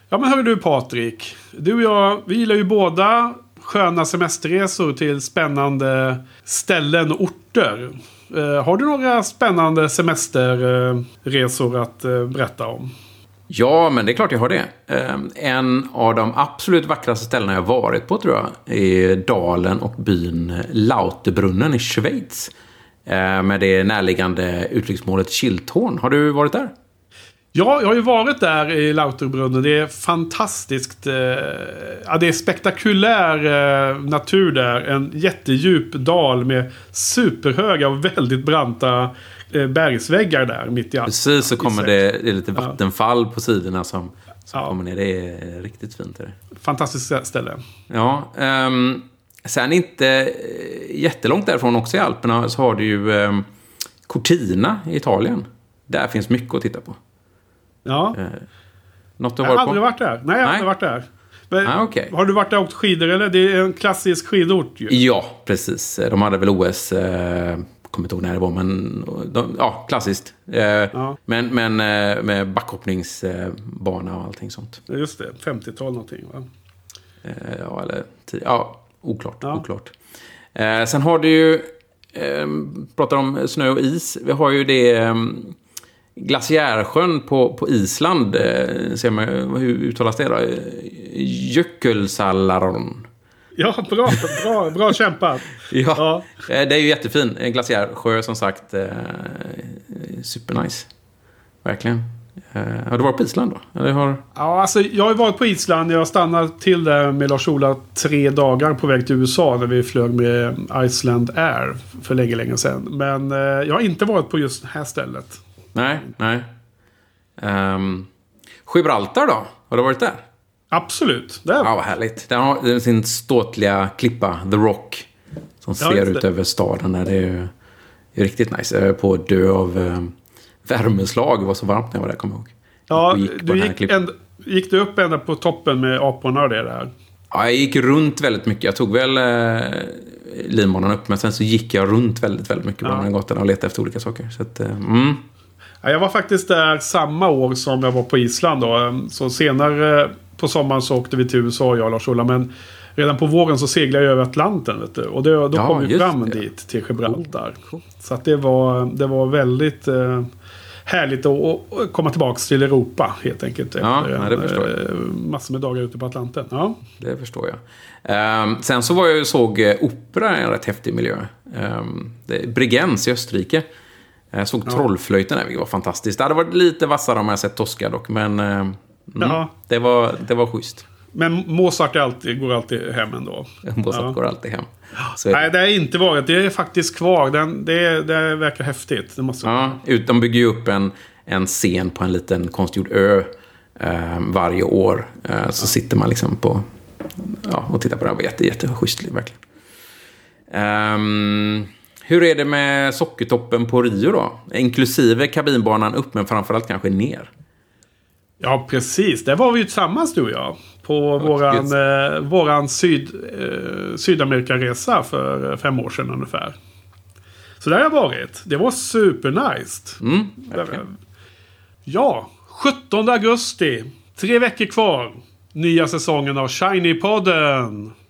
Ja, men hör du Patrik. Du och jag, vi gillar ju båda sköna semesterresor till spännande ställen och orter. Har du några spännande semesterresor att berätta om? Ja, men det är klart jag har det. En av de absolut vackraste ställena jag varit på, tror jag, är dalen och byn Lauterbrunnen i Schweiz. Med det närliggande utflyktsmålet Kiltorn. Har du varit där? Ja, jag har ju varit där i Lauterbrunnen. Det är fantastiskt. Ja, det är spektakulär natur där. En jättedjup dal med superhöga och väldigt branta bergsväggar där mitt i allt. Precis, så kommer det är lite vattenfall på sidorna som kommer ner. Det är riktigt fint. Är det. Fantastiskt ställe. Ja, sen inte jättelångt därifrån också i Alperna så har du ju Cortina i Italien. Där finns mycket att titta på. Ja. Något du jag har har aldrig varit där. Nej, jag har aldrig varit där. Men, okay. Har du varit där och åkt skidor eller? Det är en klassisk skidort ju. Ja, precis. De hade väl OS... kommer inte ihåg när det var, men klassiskt. Men med backhoppningsbana och allting sånt. Just det, 50-tal någonting, va? Oklart. Sen har du ju pratar om snö och is. Vi har ju det glaciärsjön på Island. Ser man hur uttalas det då? Jökulsalaron. Ja, bra kämpat. Ja, det är ju jättefin. En glaciärsjö som sagt. Supernice. Verkligen. Har du varit på Island då? Eller har... Ja, alltså jag har varit på Island. Jag stannade till där med Lars-Ola 3 dagar på väg till USA när vi flög med Iceland Air för länge sedan. Men jag har inte varit på just det här stället. Nej. Gibraltar då? Har du varit där? Absolut. Ja, vad härligt. Den har sin ståtliga klippa, The Rock, som ser ut över staden. Där. Det är riktigt nice. Jag är på att dö av värmeslag. Det var så varmt när jag var där, kommer jag ihåg. Ja, gick du upp ända på toppen med aporna och det där? Ja, jag gick runt väldigt mycket. Jag tog väl linbanan upp, men sen så gick jag runt väldigt, väldigt mycket på den här gatan och letade efter olika saker. Så att, Ja, jag var faktiskt där samma år som jag var på Island då. Så senare på sommaren så åkte vi till USA, jag och Lars-Ola. Men redan på våren så seglade jag över Atlanten, vet du. Och då kom vi fram dit till Gibraltar. Cool. Så att det var väldigt härligt att komma tillbaka till Europa, helt enkelt. Ja, det förstår jag. Massor med dagar ute på Atlanten. Ja. Det förstår jag. Sen så var jag ju såg opera i en rätt häftig miljö. Bregenz i Österrike. Jag såg Trollflöjten där, vilket var fantastiskt. Det hade varit lite vassare om jag sett Tosca dock, men det var schysst. Men Mozart går alltid hem ändå. Mozart går alltid hem. Nej, det har inte varit. Det är faktiskt kvar. Det verkar häftigt. Det måste de bygger ju upp en scen på en liten konstgjord ö varje år. Så sitter man liksom på och tittar på det här. Det var jätteschysst, verkligen. Hur är det med sockertoppen på Rio då? Inklusive kabinbanan upp, men framförallt kanske ner. Ja, precis. Där var vi ju tillsammans, du och jag. På våran Sydamerika-resa för 5 år sedan ungefär. Så där har jag varit. Det var supernice. Ja, 17 augusti. 3 veckor kvar. Nya säsongen av Shiny-podden.